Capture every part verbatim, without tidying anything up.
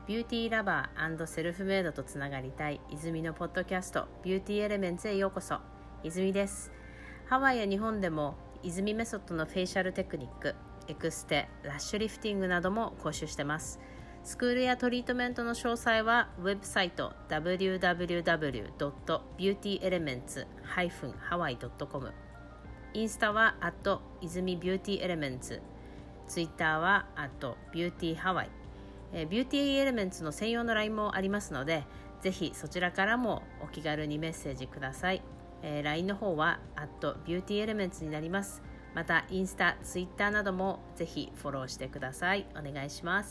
ビューティーラバー&セルフメイドとつながりたい泉のポッドキャストビューティーエレメンツへようこそ。泉です。ハワイや日本でも泉メソッドのフェイシャルテクニック、エクステ、ラッシュリフティングなども講習してます。スクールやトリートメントの詳細はウェブサイト ダブリューダブリューダブリュードットビューティーエレメンツハイフンハワイドットコム、インスタはアット泉ビューティーエレメンツ、ツイッターはアットビューティーハワイ、えー、ビューティーエレメンツの専用の ライン もありますので、ぜひそちらからもお気軽にメッセージください。えー、ライン の方はアットビューティーエレメンツになります。またインスタ、ツイッターなどもぜひフォローしてください。お願いします。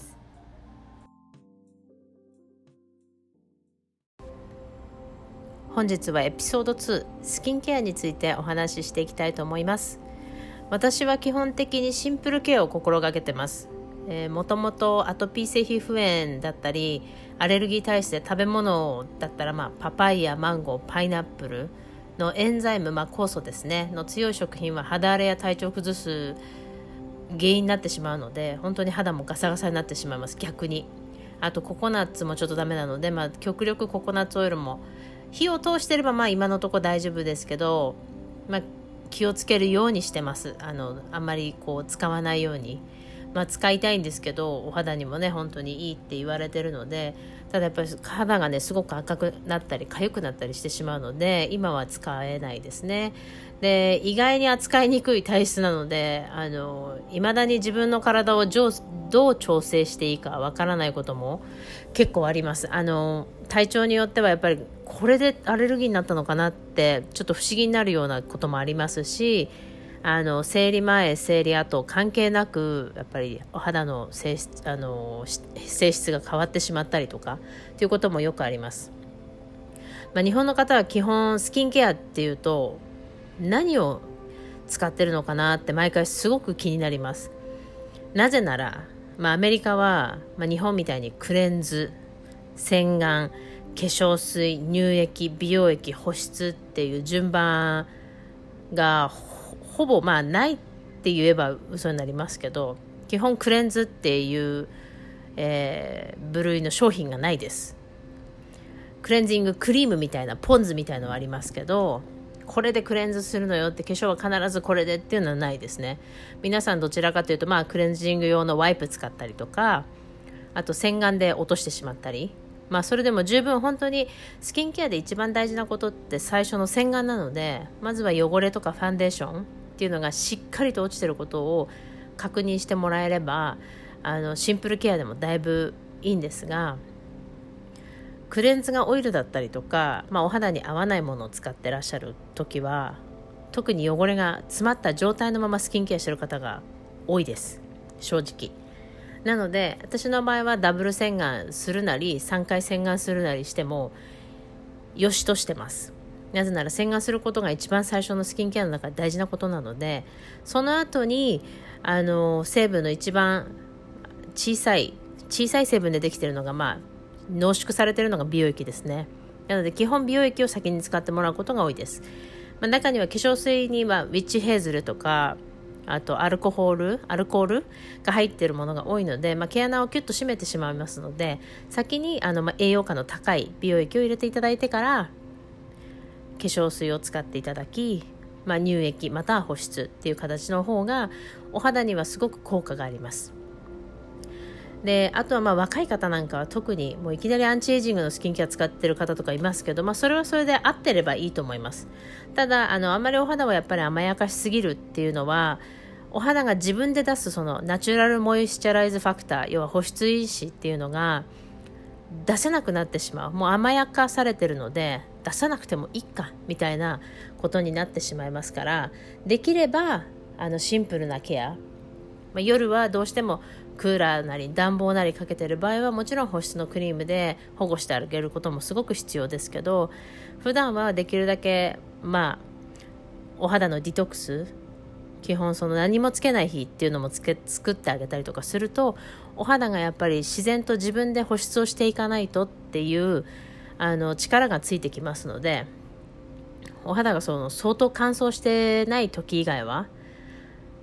本日はエピソードツー、スキンケアについてお話ししていきたいと思います。私は基本的にシンプルケアを心がけてます。えー、もともとアトピー性皮膚炎だったりアレルギー体質で食べ物だったら、まあ、パパイヤ、マンゴー、パイナップルのエンザイム、まあ、酵素ですねの強い食品は肌荒れや体調を崩す原因になってしまうので、本当に肌もガサガサになってしまいます。逆にあとココナッツもちょっとダメなので、まあ、極力ココナッツオイルも火を通してればまあ今のところ大丈夫ですけど、まあ、気をつけるようにしてます。あのあんまりこう使わないように、まあ、使いたいんですけどお肌にもね本当にいいって言われてるので、ただやっぱり肌がねすごく赤くなったり痒くなったりしてしまうので今は使えないですね。で意外に扱いにくい体質なので、あの未だに自分の体をどう調整していいかわからないことも結構あります。あの体調によってはやっぱりこれでアレルギーになったのかなってちょっと不思議になるようなこともありますし、あの生理前生理後関係なくやっぱりお肌の性質、あの性質が変わってしまったりとかということもよくあります。まあ、日本の方は基本スキンケアっていうと何を使ってるのかなって毎回すごく気になります。なぜなら、まあ、アメリカは、まあ、日本みたいにクレンズ、洗顔、化粧水、乳液、美容液、保湿っていう順番が ほ, ほぼまあないって言えば嘘になりますけど、基本クレンズっていう、えー、部類の商品がないです。クレンジングクリームみたいなポンズみたいなのはありますけど、これでクレンズするのよって化粧は必ずこれでっていうのはないですね。皆さんどちらかというと、まあ、クレンジング用のワイプ使ったりとか、あと洗顔で落としてしまったり、まあ、それでも十分本当にスキンケアで一番大事なことって最初の洗顔なので、まずは汚れとかファンデーションっていうのがしっかりと落ちてることを確認してもらえれば、あのシンプルケアでもだいぶいいんですが、クレンズがオイルだったりとか、まあ、お肌に合わないものを使ってらっしゃる時は特に汚れが詰まった状態のままスキンケアしてる方が多いです、正直。なので私の場合はダブル洗顔するなりさんかい洗顔するなりしてもよしとしてます。なぜなら洗顔することが一番最初のスキンケアの中で大事なことなので、その後にあの成分の一番小さい小さい成分でできているのが、まあ濃縮されているのが美容液ですね。なので基本美容液を先に使ってもらうことが多いです。まあ、中には化粧水にはウィッチヘーゼルとか、あとアルコホールアルコールが入っているものが多いので、まあ、毛穴をキュッと締めてしまいますので、先にあの、まあ、栄養価の高い美容液を入れていただいてから化粧水を使っていただき、まあ、乳液または保湿っていう形の方がお肌にはすごく効果があります。であとはまあ若い方なんかは特にもういきなりアンチエイジングのスキンケア使ってる方とかいますけど、まあ、それはそれで合ってればいいと思います。ただ あのあんまりお肌はやっぱり甘やかしすぎるっていうのは、お肌が自分で出すそのナチュラルモイスチャライズファクター、要は保湿因子っていうのが出せなくなってしまう。もう甘やかされてるので出さなくてもいいかみたいなことになってしまいますから、できればあのシンプルなケア、まあ、夜はどうしてもクーラーなり暖房なりかけてる場合はもちろん保湿のクリームで保護してあげることもすごく必要ですけど、普段はできるだけまあお肌のディトックス、基本その何もつけない日っていうのもつけ作ってあげたりとかすると、お肌がやっぱり自然と自分で保湿をしていかないとっていうあの力がついてきますので、お肌がその相当乾燥してない時以外は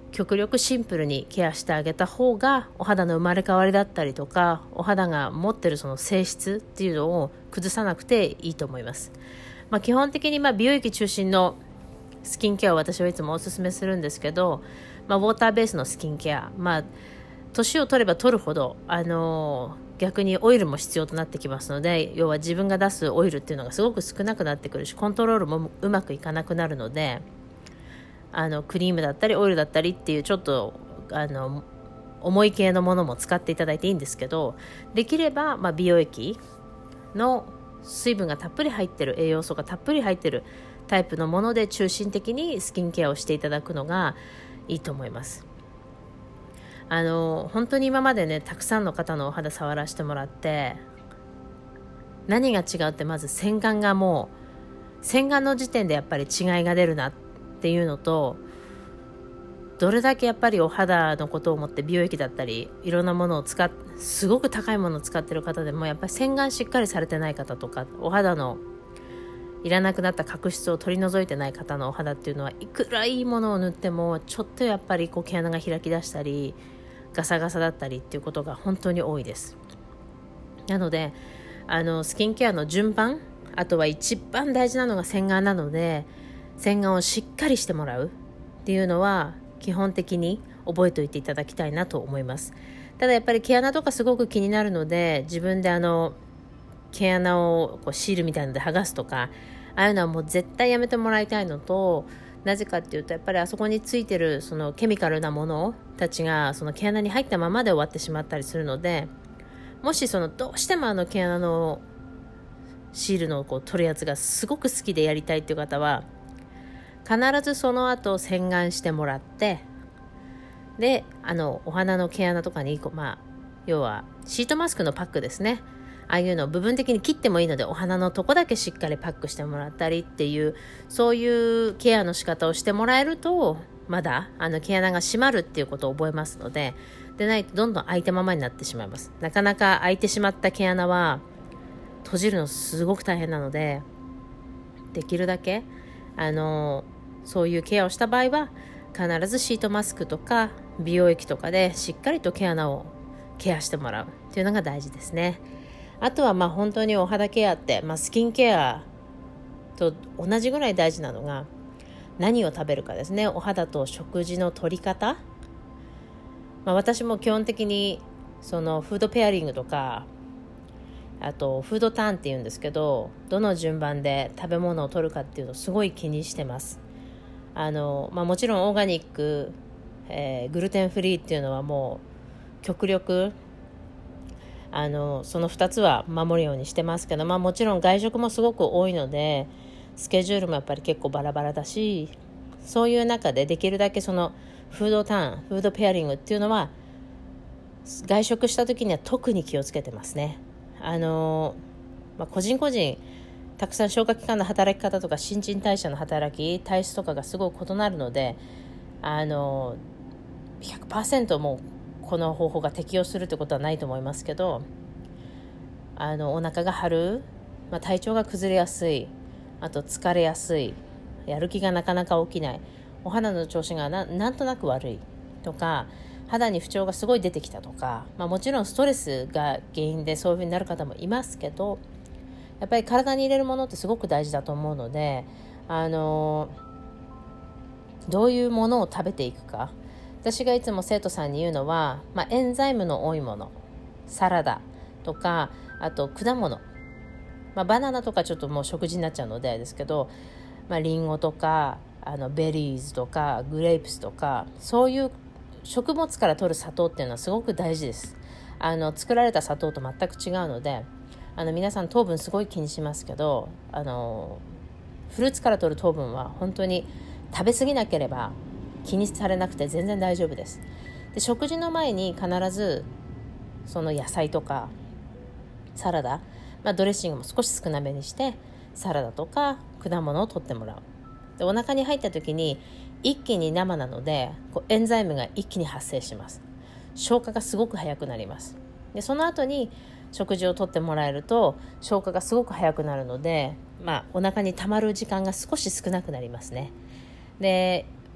極力シンプルにケアしてあげた方がお肌の生まれ変わりだったりとか、お肌が持ってるその性質っていうのを崩さなくていいと思います。まあ、基本的にまあ美容液中心のスキンケアを私はいつもおすすめするんですけど、まあ、ウォーターベースのスキンケア、まあ、年を取れば取るほど、あのー、逆にオイルも必要となってきますので、要は自分が出すオイルっていうのがすごく少なくなってくるし、コントロールもうまくいかなくなるので、あのクリームだったりオイルだったりっていうちょっとあの重い系のものも使っていただいていいんですけど、できれば、まあ、美容液の水分がたっぷり入ってる、栄養素がたっぷり入ってるタイプのもので中心的にスキンケアをしていただくのがいいと思います。あの本当に今までね、たくさんの方のお肌触らせてもらって、何が違うって、まず洗顔がもう洗顔の時点でやっぱり違いが出るなっていうのと、どれだけやっぱりお肌のことを思って美容液だったりいろんなものを使っすごく高いものを使ってる方でも、やっぱり洗顔しっかりされてない方とか、お肌のいらなくなった角質を取り除いてない方のお肌っていうのは、いくらいいものを塗ってもちょっとやっぱりこう毛穴が開き出したりガサガサだったりっていうことが本当に多いです。なのであのスキンケアの順番、あとは一番大事なのが洗顔なので、洗顔をしっかりしてもらうっていうのは基本的に覚えておいていただきたいなと思います。ただやっぱり毛穴とかすごく気になるので、自分であの毛穴をこうシールみたいなので剥がすとか、ああいうのはもう絶対やめてもらいたいのと、なぜかっていうと、やっぱりあそこについてるそのケミカルなものたちがその毛穴に入ったままで終わってしまったりするので、もしそのどうしてもあの毛穴のシールのこう取るやつがすごく好きでやりたいっていう方は、必ずその後洗顔してもらって、であのお花の毛穴とかに、まあ、要はシートマスクのパックですね、ああいうのを部分的に切ってもいいので、お花のとこだけしっかりパックしてもらったりっていう、そういうケアの仕方をしてもらえると、まだあの毛穴が閉まるっていうことを覚えますので、でないとどんどん開いたままになってしまいます。なかなか開いてしまった毛穴は閉じるのすごく大変なので、できるだけあのそういうケアをした場合は必ずシートマスクとか美容液とかでしっかりと毛穴をケアしてもらうっていうのが大事ですね。あとはまあ本当にお肌ケアって、まあ、スキンケアと同じぐらい大事なのが何を食べるかですね。お肌と食事の取り方、まあ、私も基本的にそのフードペアリングとか、あとフードターンっていうんですけど、どの順番で食べ物を取るかっていうのをすごい気にしてます。あの、まあ、もちろんオーガニック、えー、グルテンフリーっていうのはもう極力あのそのふたつは守るようにしてますけど、まあ、もちろん外食もすごく多いのでスケジュールもやっぱり結構バラバラだし、そういう中でできるだけそのフードターン、フードペアリングっていうのは外食した時には特に気をつけてますね。あの、まあ、個人個人たくさん消化器官の働き方とか新陳代謝の働き、体質とかがすごく異なるので、あの ひゃくパーセント もうこの方法が適用するってことはないと思いますけど、あのお腹が張る、まあ、体調が崩れやすい、あと疲れやすい、やる気がなかなか起きない、お肌の調子が な, なんとなく悪いとか、肌に不調がすごい出てきたとか、まあ、もちろんストレスが原因でそういう風になる方もいますけど、やっぱり体に入れるものってすごく大事だと思うので、あのどういうものを食べていくか。私がいつも生徒さんに言うのは、まあ、エンザイムの多いもの、サラダとか、あと果物、まあ、バナナとかちょっともう食事になっちゃうのでですけど、まあ、リンゴとかあのベリーズとかグレープスとか、そういう食物から取る砂糖っていうのはすごく大事です。あの作られた砂糖と全く違うので、あの皆さん糖分すごい気にしますけど、あのフルーツから取る糖分は本当に食べ過ぎなければ気にされなくて全然大丈夫です。で、食事の前に必ずその野菜とかサラダ、まあ、ドレッシングも少し少なめにしてサラダとか果物を取ってもらう。で、お腹に入った時に一気に生なのでこうエンザイムが一気に発生します。消化がすごく早くなります。で、その後に食事をとってもらえると消化がすごく早くなるので、まあ、お腹に溜まる時間が少し少なくなりますね。で、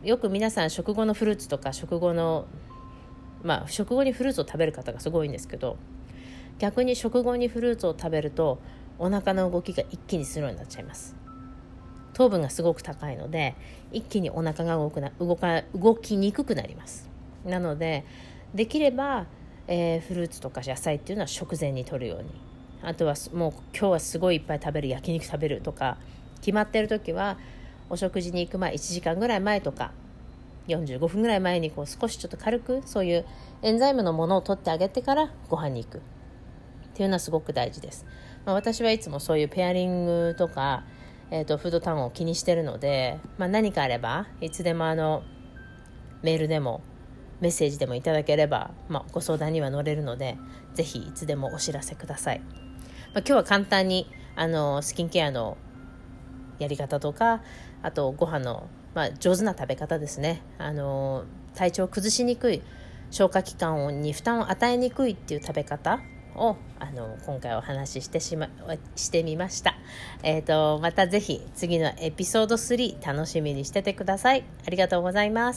よく皆さん食後のフルーツとか食後のまあ食後にフルーツを食べる方がすごいんですけど、逆に食後にフルーツを食べるとお腹の動きが一気にスローになっちゃいます。糖分がすごく高いので一気にお腹が動くな動か動きにくくなります。なのでできれば、えー、フルーツとか野菜っていうのは食前に摂るように、あとはもう今日はすごいいっぱい食べる、焼肉食べるとか決まっている時はお食事に行く前いちじかんぐらい前とかよんじゅうごふんぐらい前にこう少しちょっと軽くそういうエンザイムのものを取ってあげてからご飯に行くっていうのはすごく大事です。まあ、私はいつもそういうペアリングとか、えーと、フードタウンを気にしているので、まあ、何かあればいつでもあのメールでもメッセージでもいただければ、まあ、ご相談には乗れるのでぜひいつでもお知らせください。まあ、今日は簡単にあのスキンケアのやり方とか、あとご飯の、まあ、上手な食べ方ですね。あの体調を崩しにくい、消化器官に負担を与えにくいっていう食べ方をあの今回お話ししてしましてみました。えーと、またぜひ次のエピソードスリー楽しみにしててください。ありがとうございます。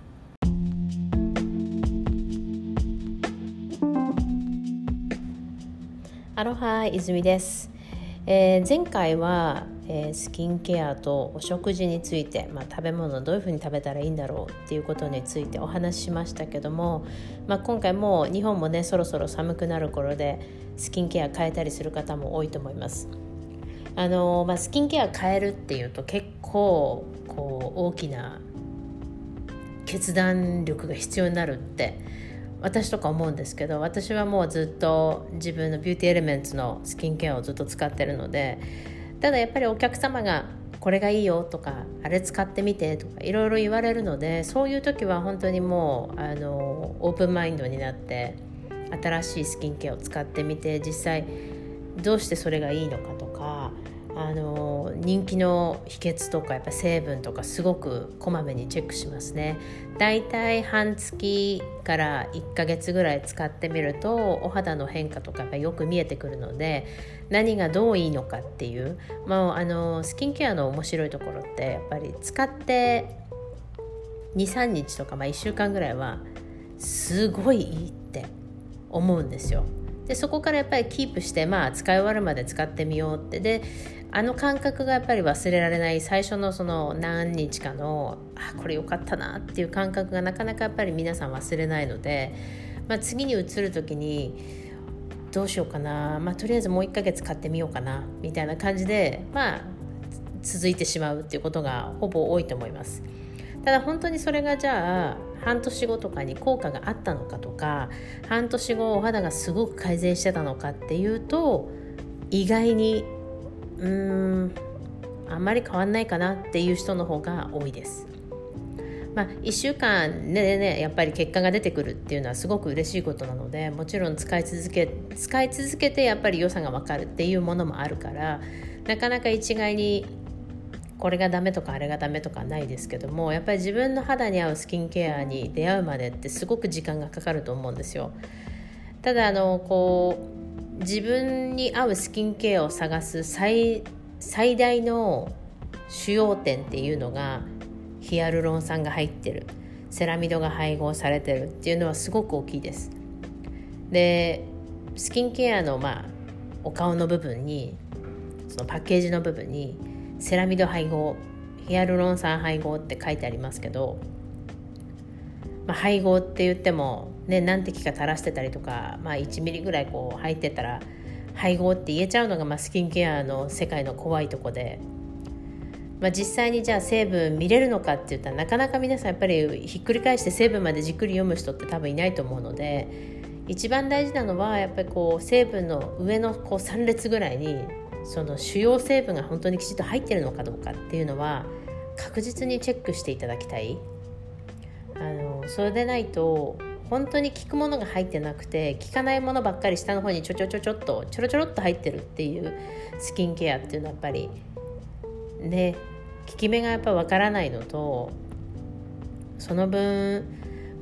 アロハ、泉です。えー、前回は、えー、スキンケアとお食事について、まあ、食べ物をどういうふうに食べたらいいんだろうっていうことについてお話ししましたけども、まあ、今回も日本もねそろそろ寒くなる頃でスキンケア変えたりする方も多いと思います。あのーまあ、スキンケア変えるっていうと結構こう大きな決断力が必要になるって私とか思うんですけど、私はもうずっと自分のビューティーエレメンツのスキンケアをずっと使ってるので、ただやっぱりお客様がこれがいいよとかあれ使ってみてとかいろいろ言われるので、そういう時は本当にもうあのオープンマインドになって新しいスキンケアを使ってみて、実際どうしてそれがいいのかとか、あの人気の秘訣とかやっぱ成分とかすごくこまめにチェックしますね。だいたい半月からいっかげつぐらい使ってみるとお肌の変化とかやっぱよく見えてくるので、何がどういいのかっていう、まあ、あのスキンケアの面白いところってやっぱり使ってにさんにちとか、まあ、いっしゅうかんぐらいはすごいいいって思うんですよ。でそこからやっぱりキープして、まあ、使い終わるまで使ってみようって、であの感覚がやっぱり忘れられない、最初のその何日かのあこれ良かったなっていう感覚がなかなかやっぱり皆さん忘れないので、まあ、次に移る時にどうしようかな、まあ、とりあえずもういっかげつ買ってみようかなみたいな感じで、まあ、続いてしまうっていうことがほぼ多いと思います。ただ本当にそれがじゃあ半年後とかに効果があったのかとか、半年後お肌がすごく改善してたのかっていうと、意外にうーんあんまり変わんないかなっていう人の方が多いです。まあ、いっしゅうかんでねやっぱり結果が出てくるっていうのはすごく嬉しいことなので、もちろん使い続け使い続けてやっぱり良さが分かるっていうものもあるから、なかなか一概にこれがダメとかあれがダメとかないですけども、やっぱり自分の肌に合うスキンケアに出会うまでってすごく時間がかかると思うんですよ。ただあのこう自分に合うスキンケアを探す 最, 最大の主要点っていうのがヒアルロン酸が入ってる、セラミドが配合されてるっていうのはすごく大きいです。でスキンケアの、まあ、お顔の部分にそのパッケージの部分にセラミド配合、ヒアルロン酸配合って書いてありますけど、まあ、配合って言っても、ね、何滴か垂らしてたりとか、まあ、いちミリぐらいこう入ってたら配合って言えちゃうのが、まあ、スキンケアの世界の怖いとこで、まあ、実際にじゃあ成分見れるのかって言ったらなかなか皆さんやっぱりひっくり返して成分までじっくり読む人って多分いないと思うので、一番大事なのはやっぱりこう成分の上のこうさん列ぐらいにその主要成分が本当にきちっと入ってるのかどうかっていうのは確実にチェックしていただきたい。あのそれでないと本当に効くものが入ってなくて、効かないものばっかり下の方にちょちょちょちょっとちょろちょろっと入ってるっていうスキンケアっていうのはやっぱりね効き目がやっぱわからないのと、その分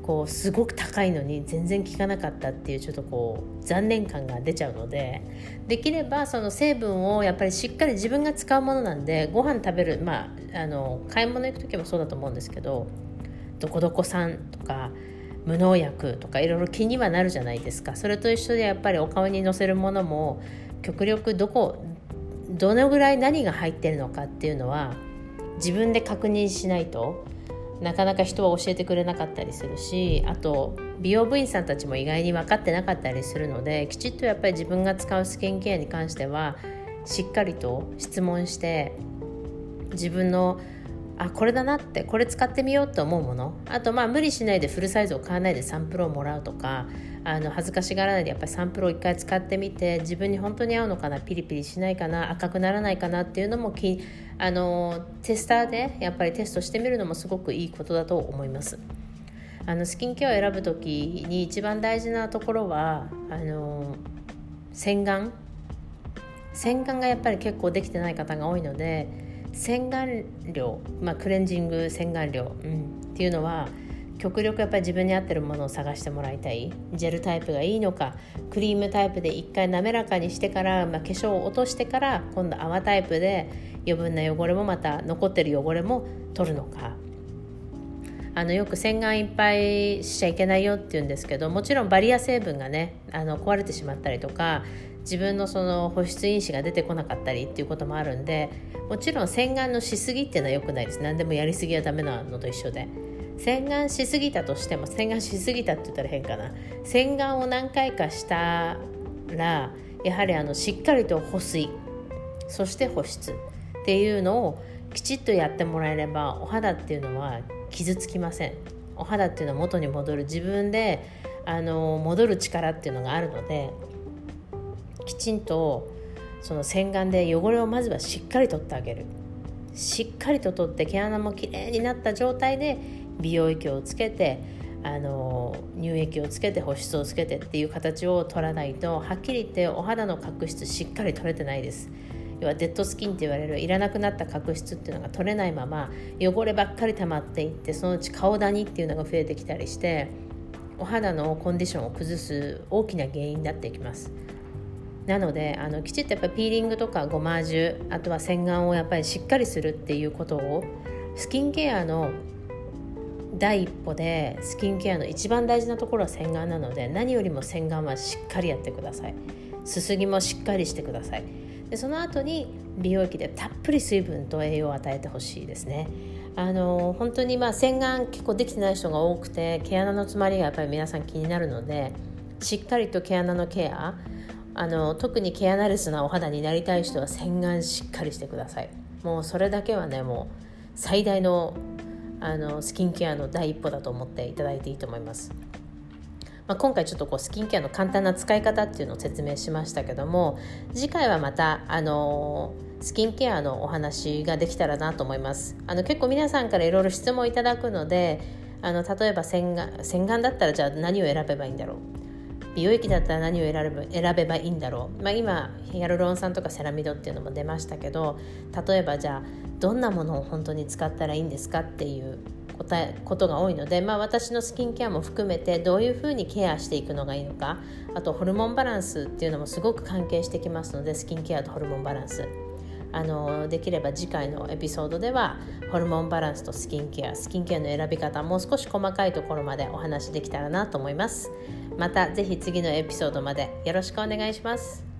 こうすごく高いのに全然効かなかったっていうちょっとこう残念感が出ちゃうので、できればその成分をやっぱりしっかり自分が使うものなんで、ご飯食べる、まあ、あの買い物行く時もそうだと思うんですけど、どこどこ産とか無農薬とかいろいろ気にはなるじゃないですか。それと一緒でやっぱりお顔にのせるものも極力どこどのぐらい何が入ってるのかっていうのは自分で確認しないとなかなか人は教えてくれなかったりするし、あと美容部員さんたちも意外に分かってなかったりするので、きちっとやっぱり自分が使うスキンケアに関してはしっかりと質問して、自分のあこれだなって、これ使ってみようと思うもの、あとまあ無理しないでフルサイズを買わないでサンプルをもらうとか、あの恥ずかしがらないでやっぱりサンプルを一回使ってみて、自分に本当に合うのかな、ピリピリしないかな、赤くならないかなっていうのもきあのテスターでやっぱりテストしてみるのもすごくいいことだと思います。あのスキンケアを選ぶときに一番大事なところはあの洗顔洗顔がやっぱり結構できてない方が多いので、洗顔料、まあ、クレンジング洗顔料、うん、っていうのは極力やっぱり自分に合ってるものを探してもらいたい。ジェルタイプがいいのか、クリームタイプで一回滑らかにしてから、まあ、化粧を落としてから今度泡タイプで余分な汚れもまた残ってる汚れも取るのか。あのよく洗顔いっぱいしちゃいけないよって言うんですけど、もちろんバリア成分がねあの壊れてしまったりとか、自分のその保湿因子が出てこなかったりっていうこともあるんで、もちろん洗顔のしすぎっていうのは良くないです。何でもやりすぎはダメなのと一緒で、洗顔しすぎたとしても、洗顔しすぎたって言ったら変かな、洗顔を何回かしたらやはりあのしっかりと保水、そして保湿っていうのをきちっとやってもらえれば、お肌っていうのは傷つきません。お肌っていうのは元に戻る、自分であの戻る力っていうのがあるので、きちんとその洗顔で汚れをまずはしっかり取ってあげる。しっかりと取って毛穴もきれいになった状態で美容液をつけて、あの乳液をつけて保湿をつけてっていう形を取らないと、はっきり言ってお肌の角質しっかり取れてないです。要はデッドスキンって言われるいらなくなった角質っていうのが取れないまま汚ればっかり溜まっていって、そのうち顔ダニっていうのが増えてきたりして、お肌のコンディションを崩す大きな原因になっていきます。なのであのきちっとやっぱピーリングとかゴマージュ、あとは洗顔をやっぱりしっかりするっていうことを、スキンケアの第一歩で、スキンケアの一番大事なところは洗顔なので、何よりも洗顔はしっかりやってください。すすぎもしっかりしてください。でその後に美容液でたっぷり水分と栄養を与えてほしいですね。あの本当にまあ洗顔結構できてない人が多くて、毛穴の詰まりがやっぱり皆さん気になるので、しっかりと毛穴のケア、あの特に毛穴レスなお肌になりたい人は洗顔しっかりしてください。もうそれだけはね、もう最大の、あのスキンケアの第一歩だと思っていただいていいと思います。まあ、今回ちょっとこうスキンケアの簡単な使い方っていうのを説明しましたけども、次回はまたあのスキンケアのお話ができたらなと思います。あの結構皆さんからいろいろ質問いただくので、あの例えば洗顔、洗顔だったらじゃあ何を選べばいいんだろう、美容液だったら何を選べば、選べばいいんだろう、まあ、今ヒアルロン酸とかセラミドっていうのも出ましたけど、例えばじゃあどんなものを本当に使ったらいいんですかっていう答えことが多いので、まあ、私のスキンケアも含めてどういうふうにケアしていくのがいいのか、あとホルモンバランスっていうのもすごく関係してきますので、スキンケアとホルモンバランス、あのできれば次回のエピソードではホルモンバランスとスキンケア、スキンケアの選び方、もう少し細かいところまでお話できたらなと思います。またぜひ次のエピソードまでよろしくお願いします。